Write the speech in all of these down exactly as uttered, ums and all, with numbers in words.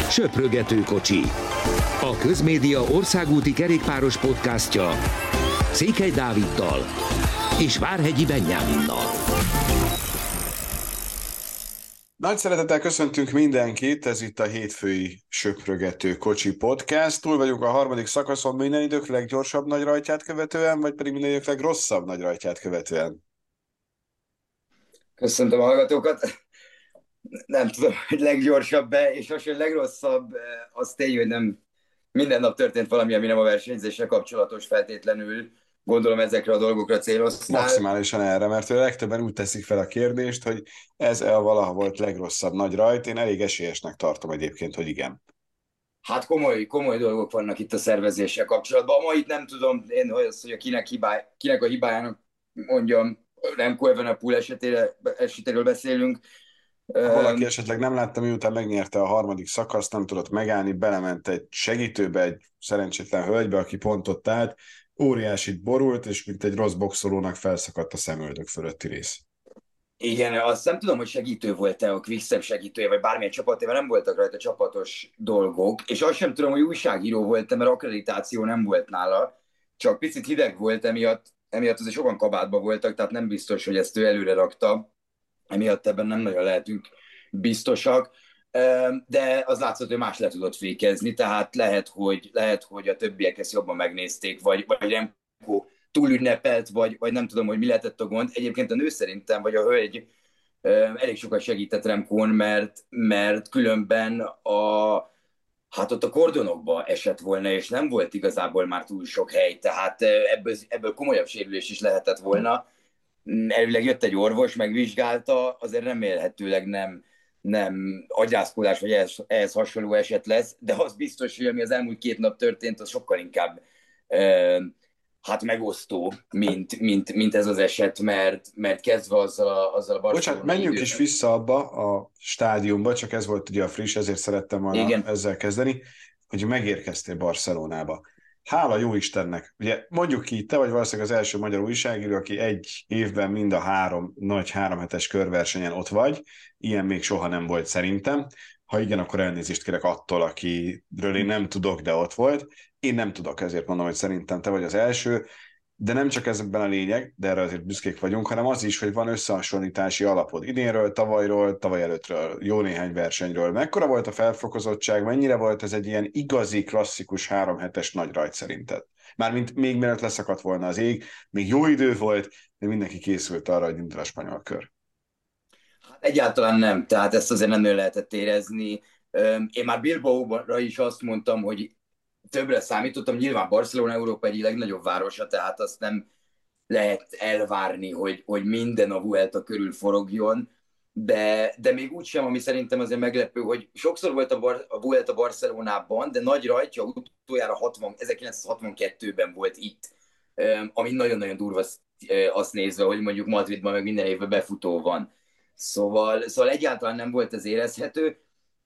Söprögető kocsi. A Közmédia országúti kerékpáros podcastja Székely Dáviddal és Várhegyi Benyáminnal. Nagy szeretettel köszöntünk mindenkit, ez itt a hétfői Söprögető kocsi podcast. Túl vagyunk a harmadik szakaszon, minden idők leggyorsabb nagy rajtját követően, vagy pedig minden idők legrosszabb nagy rajtját követően? Köszöntöm a hallgatókat. Nem tudom, hogy leggyorsabb-e, és most, hogy legrosszabb, az tény, hogy nem minden nap történt valami, ami nem a versenyzéssel kapcsolatos feltétlenül. Gondolom ezekre a dolgokra céloztál. Maximálisan erre, mert a legtöbben úgy teszik fel a kérdést, hogy ez-e a valaha volt legrosszabb nagy rajt. Én elég esélyesnek tartom egyébként, hogy igen. Hát komoly, komoly dolgok vannak itt a szervezéssel kapcsolatban. Ma itt nem tudom én, hogy, az, hogy a kinek, hibáj, kinek a hibájának mondjam, Remco Evenepoel esetére, esetéről beszélünk. Ha valaki esetleg nem látta, miután megnyerte a harmadik szakaszt, nem tudott megállni, belement egy segítőbe, egy szerencsétlen hölgybe, aki pont ott állt, óriásit borult, és mint egy rossz boxolónak felszakadt a szemöldök fölötti rész. Igen, azt nem tudom, hogy segítő volt-e, a Quickstep segítője, vagy bármilyen csapatében nem voltak rajta csapatos dolgok, és azt sem tudom, hogy újságíró volt-e, mert akkreditáció nem volt nála, csak picit hideg volt emiatt, emiatt azért sokan kabátban voltak, tehát nem biztos, hogy ezt ő előre rakta, emiatt ebben nem nagyon lehetünk biztosak, de az látszott, hogy más le tudott fékezni, tehát lehet, hogy, lehet, hogy a többiek ezt jobban megnézték, vagy, vagy Remco túlünnepelt, vagy, vagy nem tudom, hogy mi lehetett a gond. Egyébként a nő szerintem, vagy a hölgy elég sokat segített Remcón, mert, mert különben a, hát ott a kordonokba esett volna, és nem volt igazából már túl sok hely, tehát ebből, ebből komolyabb sérülés is lehetett volna. Elvileg jött egy orvos, megvizsgálta, azért remélhetőleg nem, nem agyászkodás, vagy ehhez, ehhez hasonló eset lesz, de az biztos, hogy ami az elmúlt két nap történt, az sokkal inkább eh, hát megosztó, mint, mint, mint ez az eset, mert, mert kezdve azzal a, azzal a Barcelona... Bocsánat, menjünk is vissza abba a stádiumba, csak ez volt ugye a friss, ezért szerettem volna Igen. ezzel kezdeni, hogy megérkeztél Barcelonába. Hála jó Istennek! Ugye mondjuk ki, te vagy valószínűleg az első magyar újságíró, aki egy évben mind a három nagy háromhetes körversenyen ott vagy. Ilyen még soha nem volt szerintem. Ha igen, akkor elnézést kérek attól, akiről én nem tudok, de ott volt. Én nem tudok, ezért mondom, hogy szerintem te vagy az első. De nem csak ezben a lényeg, de erre azért büszkék vagyunk, hanem az is, hogy van összehasonlítási alapod. Idénről, tavalyról, tavaly előttről, jó néhány versenyről. Mekkora volt a felfokozottság, mennyire volt ez egy ilyen igazi, klasszikus háromhetes nagy rajt szerinted? Mármint még mielőtt leszakadt volna az ég, még jó idő volt, de mindenki készült arra, hogy indul a spanyol kör. Hát egyáltalán nem, tehát ezt azért nem nagyon lehetett érezni. Én már Bilbaóra is azt mondtam, hogy többre számítottam, nyilván Barcelona Európa egyik legnagyobb városa, tehát azt nem lehet elvárni, hogy, hogy minden a Vuelta körül forogjon, de, de még úgy sem, ami szerintem azért meglepő, hogy sokszor volt a, Bar, a Vuelta Barcelonában, de nagy rajtja utoljára hatvan, ezerkilencszázhatvankettőben volt itt, ami nagyon-nagyon durva azt nézve, hogy mondjuk Madridban meg minden évben befutó van. Szóval, szóval egyáltalán nem volt ez érezhető.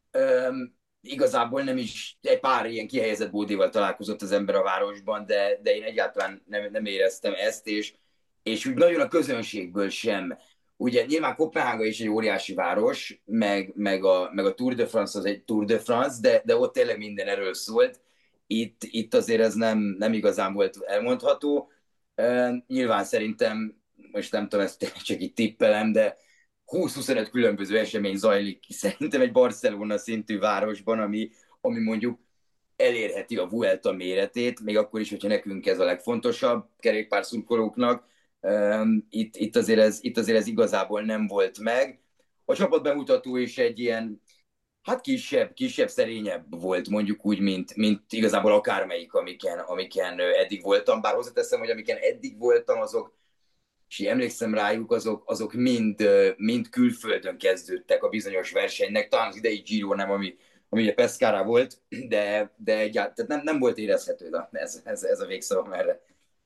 Igazából nem is, egy pár ilyen kihelyezett bódéval találkozott az ember a városban, de, de én egyáltalán nem, nem éreztem ezt, és, és úgy nagyon a közönségből sem. Ugye nyilván Koppenhága is egy óriási város, meg, meg, a, meg a Tour de France az egy Tour de France, de, de ott tényleg minden erről szólt. Itt, itt azért ez nem, nem igazán volt elmondható. Uh, nyilván szerintem, most nem tudom, ezt csak itt tippelem, de húsz-huszonöt különböző esemény zajlik ki szerintem egy Barcelona szintű városban, ami, ami mondjuk elérheti a Vuelta méretét, még akkor is, hogyha nekünk ez a legfontosabb kerékpárszurkolóknak. Itt, itt, azért ez, itt azért ez igazából nem volt meg. A csapatbemutató is egy ilyen, hát kisebb, kisebb, szerényebb volt, mondjuk úgy, mint, mint igazából akármelyik, amiken, amiken eddig voltam. Bár hozzáteszem, hogy amiken eddig voltam, azok, és emlékszem rájuk, azok, azok mind, mind külföldön kezdődtek a bizonyos versenynek, talán az idei Giro nem, ami, ami ugye Pescara volt, de, de egyáltalán nem, nem volt érezhető ez, ez, ez a végszavam erre.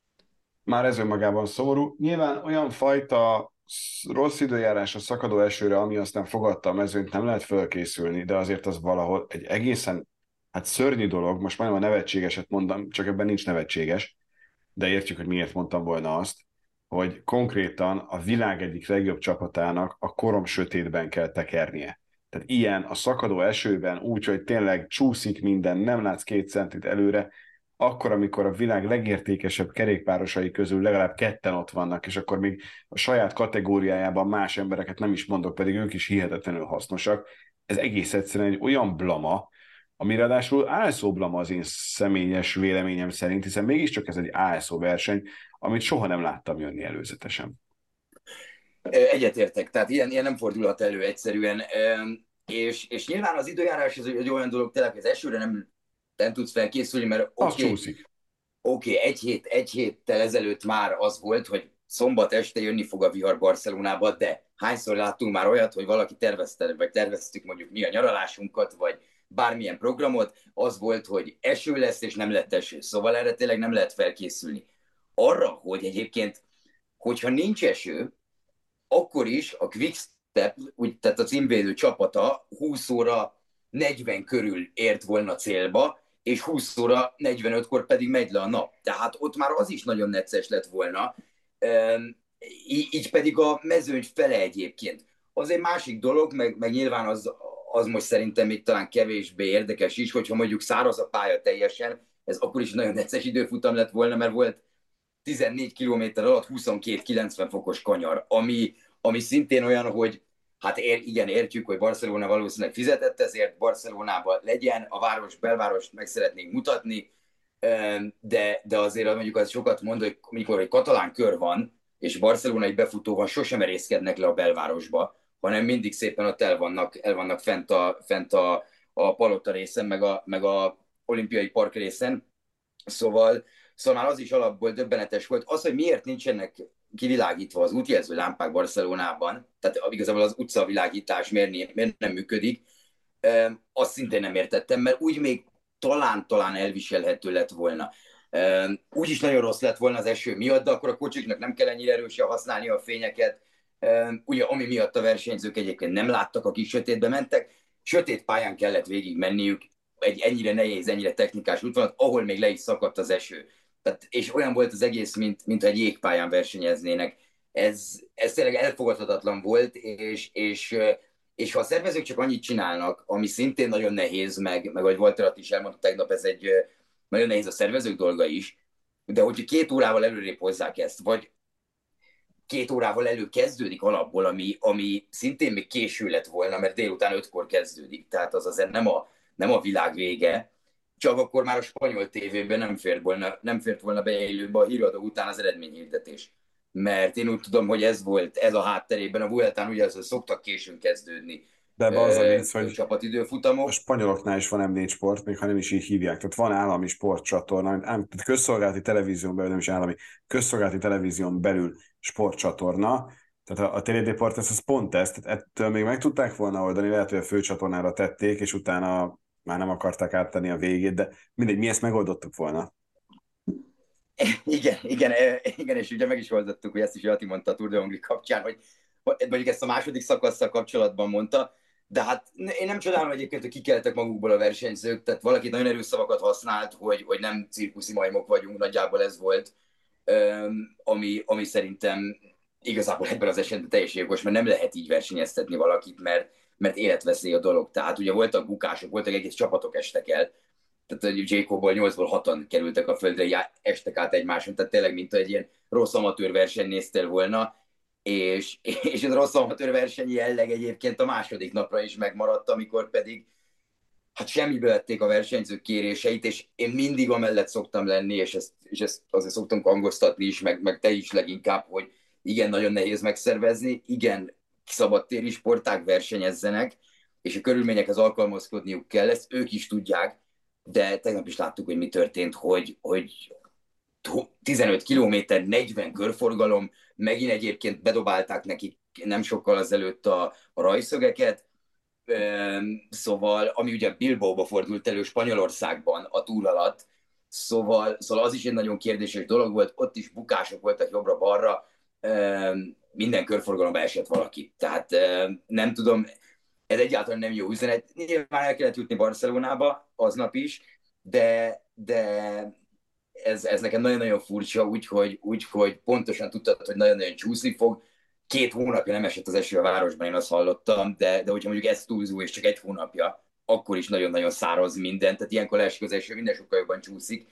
Már ez önmagában szomorú. Nyilván olyan fajta rossz időjárás a szakadó esőre, ami aztán fogadta a mezőnyt, nem lehet fölkészülni, de azért az valahol egy egészen hát szörnyű dolog, most majdnem a nevetségeset mondom, csak ebben nincs nevetséges, de értjük, hogy miért mondtam volna azt, hogy konkrétan a világ egyik legjobb csapatának a korom sötétben kell tekernie. Tehát ilyen a szakadó esőben úgy, hogy tényleg csúszik minden, nem látsz két centit előre, akkor, amikor a világ legértékesebb kerékpárosai közül legalább ketten ott vannak, és akkor még a saját kategóriájában más embereket nem is mondok, pedig ők is hihetetlenül hasznosak. Ez egész egyszerűen egy olyan blama, ami ráadásul álszó blama az én személyes véleményem szerint, hiszen mégiscsak ez egy álszó verseny, amit soha nem láttam jönni előzetesen. Egyetértek, tehát ilyen, ilyen nem fordulhat elő egyszerűen, és, és nyilván az időjárás az egy olyan dolog, tényleg az esőre nem, nem tudsz felkészülni, mert oké, okay, okay, egy, hét, egy héttel ezelőtt már az volt, hogy szombat este jönni fog a vihar Barcelonába, de hányszor láttunk már olyat, hogy valaki tervezte, vagy terveztük mondjuk mi a nyaralásunkat, vagy bármilyen programot, az volt, hogy eső lesz, és nem lett eső. Szóval erre tényleg nem lehet felkészülni. Arra, hogy egyébként, hogyha nincs eső, akkor is a Quickstep, úgy, tehát a címvédő csapata húsz óra negyven körül ért volna célba, és húsz óra negyvenötkor pedig megy le a nap. Tehát ott már az is nagyon necces lett volna, így pedig a mezőny fele egyébként. Az egy másik dolog, meg, meg nyilván az, az most szerintem még talán kevésbé érdekes is, hogyha mondjuk száraz a pálya teljesen, ez akkor is nagyon necces időfutam lett volna, mert volt tizennégy kilométer alatt huszonkettő kilencven fokos kanyar, ami, ami szintén olyan, hogy hát ér, igen, értjük, hogy Barcelona valószínűleg fizetett, ezért Barcelonában legyen, a város, belvárost meg szeretnénk mutatni, de, de azért mondjuk az sokat mond, hogy mikor egy katalán kör van, és barcelonai befutó van, sosem erészkednek le a belvárosba, hanem mindig szépen ott el vannak, el vannak fent, a, fent a, a Palota részen, meg a, meg a olimpiai park részen. Szóval, szóval már az is alapból döbbenetes volt. Az, hogy miért nincsenek kivilágítva az útjelző lámpák Barcelonában, tehát igazából az utcavilágítás miért, miért nem működik, azt szintén nem értettem, mert úgy még talán-talán elviselhető lett volna. Úgy is nagyon rossz lett volna az eső miatt, de akkor a kocsiknak nem kell ennyire erősen használni a fényeket, ugye ami miatt a versenyzők egyébként nem láttak, akik sötétbe mentek, sötét pályán kellett végig menniük, egy ennyire nehéz, ennyire technikás útvonat, ahol még le is szakadt az eső. Tehát, és olyan volt az egész, mint, mint egy jégpályán versenyeznének. Ez, ez tényleg elfogadhatatlan volt, és, és, és ha a szervezők csak annyit csinálnak, ami szintén nagyon nehéz, meg, meg ahogy Walter is elmondta tegnap, ez egy nagyon nehéz a szervezők dolga is, de hogyha két órával előrébb hozzák ezt, vagy két órával elő kezdődik alapból, ami, ami szintén még késő lett volna, mert délután ötkor kezdődik, tehát az azért nem a, nem a világ vége, csak akkor már a spanyol tévében nem fért volna, nem fért volna be élőbe a híradó után az eredményhirdetés. Mert én úgy tudom, hogy ez volt, ez a hátterében, a Vueltán ugye az, szoktak későn kezdődni. De az a vicc, hogy csapatidőfutamok. A spanyoloknál is van em négy sport, még ha nem is így hívják. Tehát van állami sportcsatorna, tehát közszolgálati televízión belül, nem is állami, közszolgálati televízión belül sportcsatorna. Tehát a, a Teledeport ez az pont ez, tehát ettől még meg tudták volna oldani, lehet, hogy a főcsatornára tették, és utána már nem akarták áttenni a végét, de mindegy, mi ezt megoldottuk volna. Igen, igen, igen, és ugye meg is oldottuk, hogy ezt is Jati mondta a Tour de Hongrie kapcsán, hogy mondjuk ezt a második szakasszal kapcsolatban mondta, de hát én nem csodálom egyébként, hogy kikeltek magukból a versenyzők, tehát valaki nagyon erős szavakat használt, hogy, hogy nem cirkuszi majmok vagyunk, nagyjából ez volt, ami, ami szerintem igazából ebben az esetben teljesen jogos, mert nem lehet így versenyeztetni valakit, mert, mert életveszély a dolog. Tehát ugye voltak bukások, voltak egész csapatok estek el, tehát Jacobból nyolcból hatan kerültek a földre, estek át egymáson, tehát tényleg mint egy ilyen rossz amatőr verseny néztél volna, és, és ez a rossz amatőr versenyi jelleg egyébként a második napra is megmaradt, amikor pedig hát semmiből vették a versenyzők kéréseit, és én mindig amellett szoktam lenni, és ezt, és ezt azért szoktam hangoztatni is, meg, meg te is leginkább, hogy igen, nagyon nehéz megszervezni, igen, szabadtéri sportág versenyezzenek, és a körülményekhez alkalmazkodniuk kell, ezt ők is tudják, de tegnap is láttuk, hogy mi történt, hogy, hogy tizenöt kilométer, negyven körforgalom, megint egyébként bedobálták nekik nem sokkal azelőtt a, a rajszögeket, szóval, ami ugye Bilbaóba fordult elő Spanyolországban a túl alatt, szóval, szóval az is egy nagyon kérdéses dolog volt, ott is bukások voltak jobbra-balra, minden körforgalomba esett valaki. Tehát nem tudom, ez egyáltalán nem jó üzenet. Nyilván el kellett jutni Barcelonába aznap is, de, de ez, ez nekem nagyon-nagyon furcsa, úgyhogy úgy, hogy pontosan tudtad, hogy nagyon-nagyon csúszni fog, két hónapja nem esett az eső a városban, én azt hallottam, de, de hogyha mondjuk ez túlzó, és csak egy hónapja, akkor is nagyon-nagyon száraz minden, tehát ilyenkor leesik az eső, minden sokkal jobban csúszik.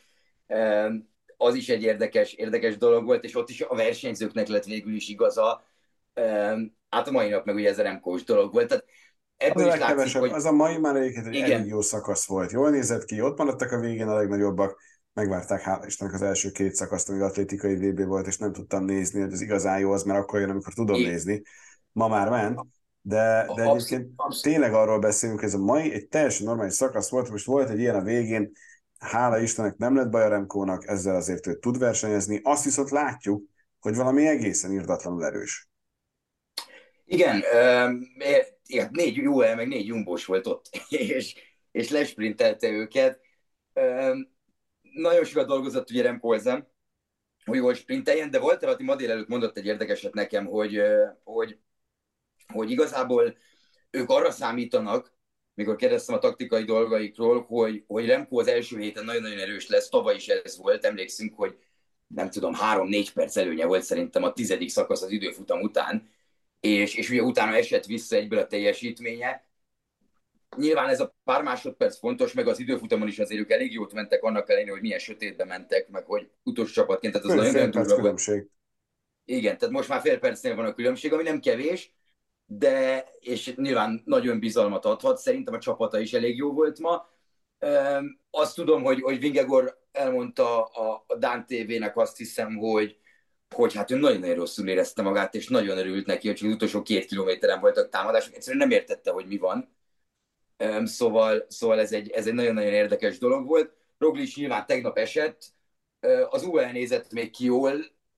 Az is egy érdekes, érdekes dolog volt, és ott is a versenyzőknek lett végül is igaza. Hát a mai nap meg ugye ez a Remkós dolog volt. Tehát ebből az is látszik, hogy... Az a mai már egyébként egy igen. elég jó szakasz volt. Jól nézett ki, ott maradtak a végén a legnagyobbak, megvárták, hála Istennek, az első két szakaszt, amíg atlétikai vé bé volt, és nem tudtam nézni, hogy az igazán jó az, mert akkor jön, amikor tudom igen. nézni. Ma már ment, de, de egyébként abszolút. Tényleg arról beszélünk, hogy ez a mai egy teljesen normális szakasz volt, most volt egy ilyen a végén, hála Istennek nem lett baj a Remkónak, ezzel azért ő tud versenyezni, azt viszont látjuk, hogy valami egészen irdatlanul erős. Igen, euh, négy jó el, meg négy jumbós volt ott, és, és lesprintelte őket. Euh, nagyon sokat dolgozott ugye Remco ezen, hogy jól sprinteljen, de volt aki ma délelőtt mondott egy érdekeset nekem, hogy, hogy, hogy igazából ők arra számítanak, mikor kérdeztem a taktikai dolgaikról, hogy, hogy Remco az első héten nagyon-nagyon erős lesz, tavaly is ez volt, emlékszünk, hogy nem tudom, három-négy perc előnye volt szerintem a tizedik szakasz az időfutam után, és, és ugye utána esett vissza egyből a teljesítménye. Nyilván ez a pár másodperc fontos, meg az időfutamon is azért ők elég jót mentek, annak ellenére, hogy milyen sötétbe mentek, meg hogy utolsó csapatként, tehát az nagyon nagyon durva volt. Igen, tehát most már fél percnél van a különbség, ami nem kevés, de, és nyilván nagyon bizalmat adhat, szerintem a csapata is elég jó volt ma. Üm, azt tudom, hogy, hogy Vingegaard elmondta a, a Dán té vének azt hiszem, hogy, hogy hát ő nagyon-nagyon rosszul érezte magát, és nagyon örült neki, hogy az utolsó két kilométeren voltak támadások, egyszerűen nem értette, hogy mi van. Üm, szóval, szóval ez egy, ez egy nagyon-nagyon érdekes dolog volt. Roglic nyilván tegnap esett, az u á é nézett még ki jól,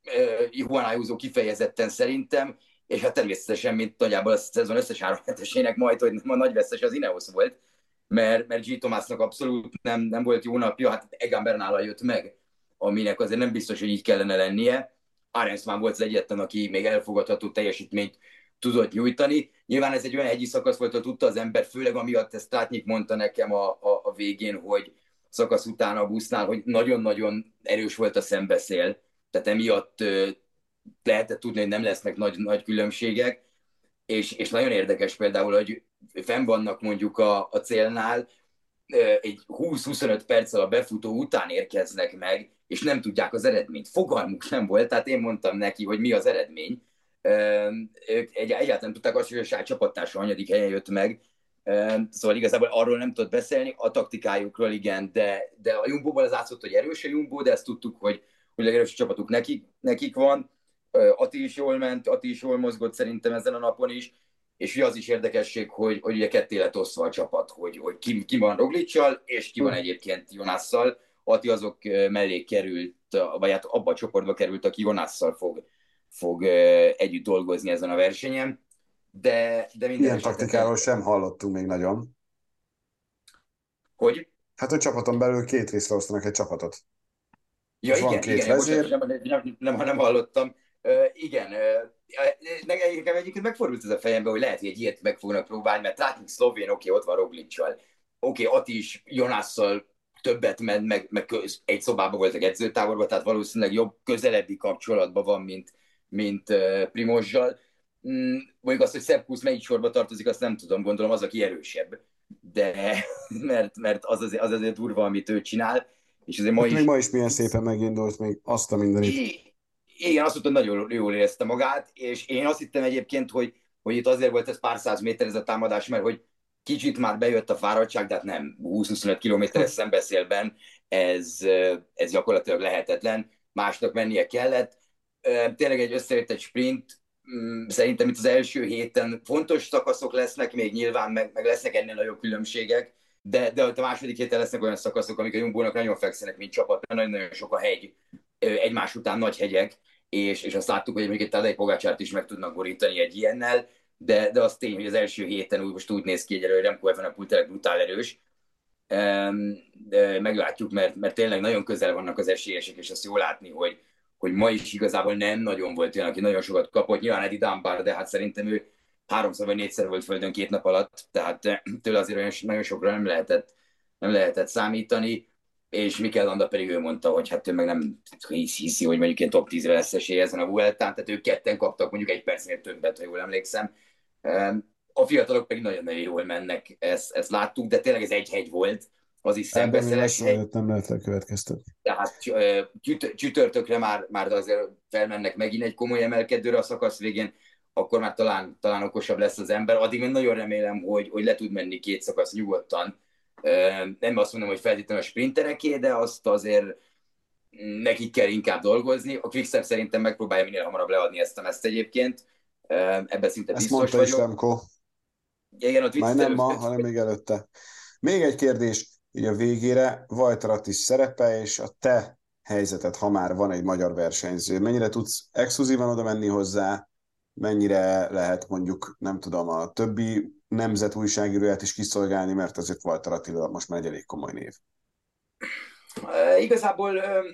Juan Ayuso kifejezetten szerintem, és hát természetesen, mint nagyjából a szezon összes három hetesének majd, hogy nem a nagy vesztes az Ineos volt, mert, mert G. Thomasnak abszolút nem, nem volt jó napja, hát Egan Bernal jött meg, aminek azért nem biztos, hogy így kellene lennie. Arensman volt az egyetlen, aki még elfogadható teljesítményt tudott nyújtani. Nyilván ez egy olyan hegyi szakasz volt, hogy tudta az ember, főleg amiatt ezt Trátnyik mondta nekem a, a, a végén, hogy szakasz után a busznál, hogy nagyon-nagyon erős volt a szembeszél, tehát emiatt ö, lehetett tudni, hogy nem lesznek nagy, nagy különbségek, és, és nagyon érdekes például, hogy fenn vannak mondjuk a, a célnál, ö, egy húsz-huszonöt perccel a befutó után érkeznek meg, és nem tudják az eredményt. Fogalmuk nem volt, tehát én mondtam neki, hogy mi az eredmény. Ö, ők egy, egyáltalán tudták azt, hogy a saját csapattársa hanyadik helyen jött meg, ö, szóval igazából arról nem tudott beszélni, a taktikájukról igen, de, de a Jumbo-ból az látszott, hogy erős a Jumbo, de ezt tudtuk, hogy hogy legerős csapatuk nekik, nekik van. Ati is jól ment, Ati is jól mozgott szerintem ezen a napon is, és ugye az is érdekesség, hogy, hogy ugye ketté lett osztva a csapat, hogy, hogy ki, ki van Rogličsal, és ki van egyébként Jonasszal. Ati azok mellé került, vagy hát abba a csoportba került, aki Jonasszal fog, fog együtt dolgozni ezen a versenyen. De, de minden ilyen taktikáról sem hallottunk még nagyon. Hogy? Hát a csapaton belül két részre osztanak egy csapatot. Ja, igen, két igen, bocsánat, nem, nem, nem, nem hallottam. Uh, igen, uh, nekem egyébként megfordult ez a fejembe, hogy lehet, hogy egy ilyet meg fognak próbálni, mert Trátnik szlovén, oké, okay, ott van Rogličsal. Oké, okay, Ati is Jonasszal többet ment, meg, meg köz, egy szobában voltak edzőtáborban, tehát valószínűleg jobb, közelebbi kapcsolatban van, mint, mint uh, Primožsal. Mm, mondjuk azt, hogy Sepp Kuss melyik sorba tartozik, azt nem tudom, gondolom az, aki erősebb. De, mert, mert az, azért, az azért durva, amit ő csinál. És azért ma is... Még ma is milyen szépen megindult, még azt a mindenit. Igen, azt mondta, nagyon jól érezte magát, és én azt hittem egyébként, hogy, hogy itt azért volt ez pár száz méter ez a támadás, mert hogy kicsit már bejött a fáradtság, de hát nem, húsz-huszonöt kilométeres szembeszélben ez, ez gyakorlatilag lehetetlen, másnak mennie kellett. Tényleg egy összejött egy sprint, szerintem itt az első héten fontos szakaszok lesznek, még nyilván meg, meg lesznek ennél nagyobb különbségek, de, de a második héten lesznek olyan szakaszok, amik a Jumbónak nagyon fekszenek, mint csapat, nagyon-nagyon sok a hegy, egymás után nagy hegyek, és, és azt láttuk, hogy mondjuk egy Tadej Pogácsárt is meg tudnak borítani egy ilyennel, de, de az tény, hogy az első héten úgy, most úgy néz ki, hogy Remco Evenepoel tényleg brutál erős. De meglátjuk, mert, mert tényleg nagyon közel vannak az esélyesek, és azt jól látni, hogy, hogy ma is igazából nem nagyon volt olyan, aki nagyon sokat kapott. Nyilván Eddie Dunbar, de hát szerintem ő háromszor vagy négyszer volt földön két nap alatt, tehát tőle azért olyan, nagyon sokra nem lehetett, nem lehetett számítani. és Mikel Landa pedig ő mondta, hogy hát ő meg nem hiszi, hogy mondjuk ilyen top tízre lesz esélye ezen a Vueltán, tehát ők ketten kaptak mondjuk egy percnél többet, ha jól emlékszem. A fiatalok pedig nagyon-nagyon jól mennek, ezt, ezt láttuk, de tényleg ez egy hegy volt, az is szembeszeles hegy. Nem lehet lekövetkeztetni. Tehát csütörtökre már, már azért felmennek megint egy komoly emelkedőre a szakasz végén, akkor már talán, talán okosabb lesz az ember. Addig én nagyon remélem, hogy, hogy le tud menni két szakasz nyugodtan. Nem azt mondom, hogy feltétlenül a sprintereké, de azt azért nekik kell inkább dolgozni. A Quickstep szerintem megpróbálja minél hamarabb leadni ezt a meszt egyébként. Ebben szinte ezt biztos vagyok. Ezt mondta is Remco. Igen, ott már nem ma, hanem még előtte. Még egy kérdés, ugye a végére Walter Attis szerepe, és a te helyzeted, ha már van egy magyar versenyző. Mennyire tudsz exkluzívan oda menni hozzá, mennyire lehet mondjuk, nem tudom, a többi nemzet újságíróját is kiszolgálni, mert azért Walter Attila most már egy elég komoly név. E, igazából um,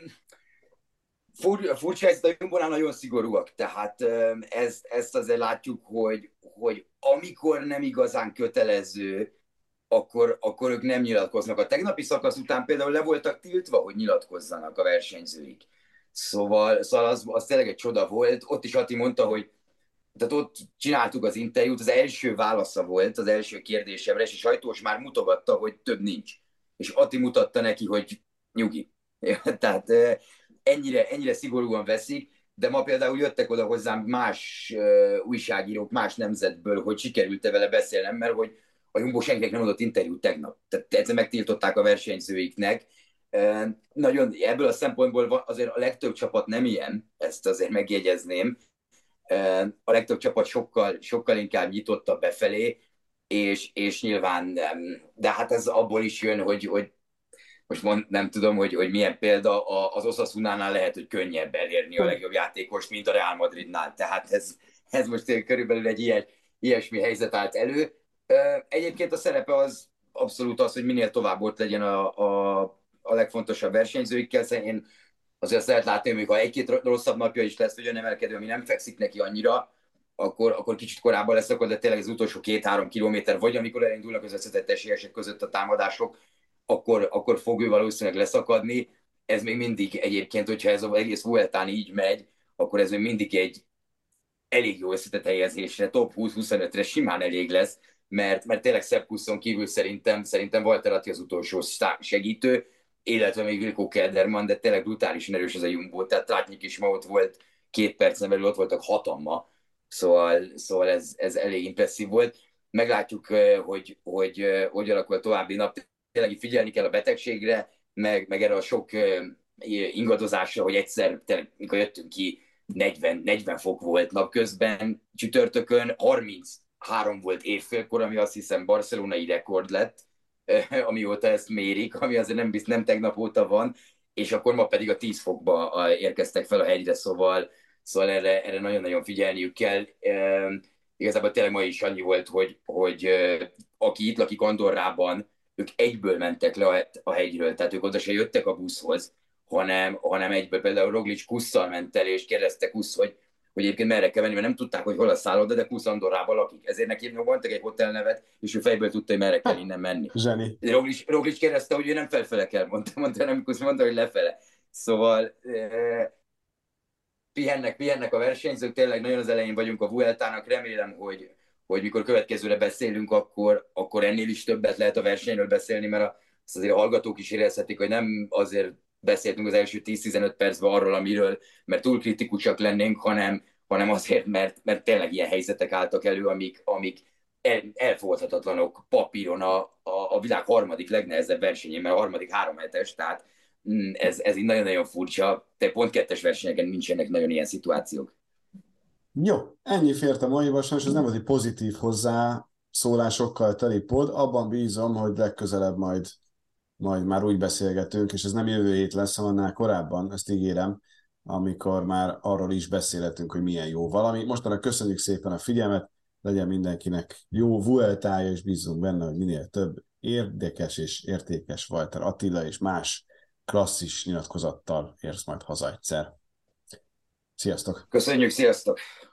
fur, furcsa helyzet, a Jumbonál nagyon szigorúak, tehát um, ezt, ezt azért látjuk, hogy, hogy amikor nem igazán kötelező, akkor, akkor ők nem nyilatkoznak. A tegnapi szakasz után például le voltak tiltva, hogy nyilatkozzanak a versenyzőik. Szóval, szóval az, az tényleg egy csoda volt. Ott is Ati mondta, hogy tehát ott csináltuk az interjút, az első válasza volt, az első kérdésemre, és a sajtós már mutogatta, hogy több nincs. És Ati mutatta neki, hogy nyugi. Tehát ennyire, ennyire szigorúan veszik, de ma például jöttek oda hozzám más uh, újságírók, más nemzetből, hogy sikerült-e vele beszélnem, mert hogy a Jumbo senkinek nem adott interjút tegnap. Tehát egyszer megtiltották a versenyzőiknek. Uh, nagyon, ebből a szempontból azért a legtöbb csapat nem ilyen, ezt azért megjegyezném. Uh, a legtöbb csapat sokkal, sokkal inkább nyitottabb befelé, és, és nyilván, de hát ez abból is jön, hogy, hogy most mond, nem tudom, hogy, hogy milyen példa, az Osasunánál lehet, hogy könnyebb elérni a legjobb játékost, mint a Real Madridnál. Tehát ez, ez most körülbelül egy ilyes, ilyesmi helyzet állt elő. Egyébként a szerepe az abszolút az, hogy minél tovább ott legyen a, a, a legfontosabb versenyzőikkel. Én azért azt lehet látni, hogy ha egy-két rosszabb napja is lesz, hogy olyan emelkedő, ami nem fekszik neki annyira, akkor, akkor kicsit korábban lesz, akkor de tényleg az utolsó két-három kilométer, vagy amikor elindulnak az összetett esélyesek között a támadások, akkor, akkor fog ő valószínűleg leszakadni. Ez még mindig egyébként, hogyha ez az egész Vueltán így megy, akkor ez még mindig egy elég jó összetett helyezésre, top húsz-huszonötre simán elég lesz, mert, mert tényleg Sepp Kuszon kívül szerintem, szerintem Walter Atti az utolsó segítő, illetve még Wilco Kelderman, de tényleg brutálisan erős az a Jumbo, tehát Tratnik is ma ott volt, két percen belül ott voltak hatalma, szóval, szóval ez, ez elég impresszív volt. Meglátjuk, hogy hogy, hogy alakul a további nap, tényleg figyelni kell a betegségre, meg, meg erre a sok ingadozásra, hogy egyszer, tényleg, mikor jöttünk ki, negyven, negyven fok volt napközben, csütörtökön harminchárom volt évfélkor, ami azt hiszem barcelonai rekord lett, amióta ezt mérik, ami azért nem, bizt, nem tegnap óta van, és akkor ma pedig a tíz fokba érkeztek fel a hegyre, szóval, szóval erre, erre nagyon-nagyon figyelniük kell. E, igazából tényleg ma is annyi volt, hogy, hogy aki itt lakik Andorrában, ők egyből mentek le a hegyről, tehát ők oda se jöttek a buszhoz, hanem, hanem egyből például Roglic Kusszal ment el, és kérdezte Kusz, hogy, hogy egyébként merre kell menni, mert nem tudták, hogy hol a szálloda, de Kusz Andorrában lakik. Ezért neki mondtak egy hotelnevet, és ő fejből tudta, hogy merre kell innen menni. Zseni. Roglic, Roglic kérdezte, hogy ő nem felfele kell, mondta, mondta, nem Kusz mondta, hogy lefele. Szóval eh, pihennek, pihennek a versenyzők, tényleg nagyon az elején vagyunk a Vueltának, remélem, hogy hogy mikor következőre beszélünk, akkor, akkor ennél is többet lehet a versenyről beszélni, mert a, azt azért a hallgatók is érezhetik, hogy nem azért beszéltünk az első tíz-tizenöt percben arról, amiről, mert túl kritikusak lennénk, hanem, hanem azért, mert, mert tényleg ilyen helyzetek álltak elő, amik, amik el, elfogadhatatlanok papíron a, a, a világ harmadik legnehezebb versenyén, mert a harmadik három hetes, tehát ez, ez így nagyon-nagyon furcsa, de pont kettes versenyeken nincsenek nagyon ilyen szituációk. Jó, ennyi fért a maiba, és ez nem az egy pozitív hozzá szólásokkal teli pod. Abban bízom, hogy legközelebb majd, majd már úgy beszélgetünk, és ez nem jövő hét lesz, hanem annál korábban, ezt ígérem, amikor már arról is beszélhetünk, hogy milyen jó valami. Mostanra köszönjük szépen a figyelmet, legyen mindenkinek jó Vueltája, és bízunk benne, hogy minél több érdekes és értékes Walter Attila és más klasszis nyilatkozattal érsz majd haza egyszer. Sziasztok! Köszönjük, sziasztok!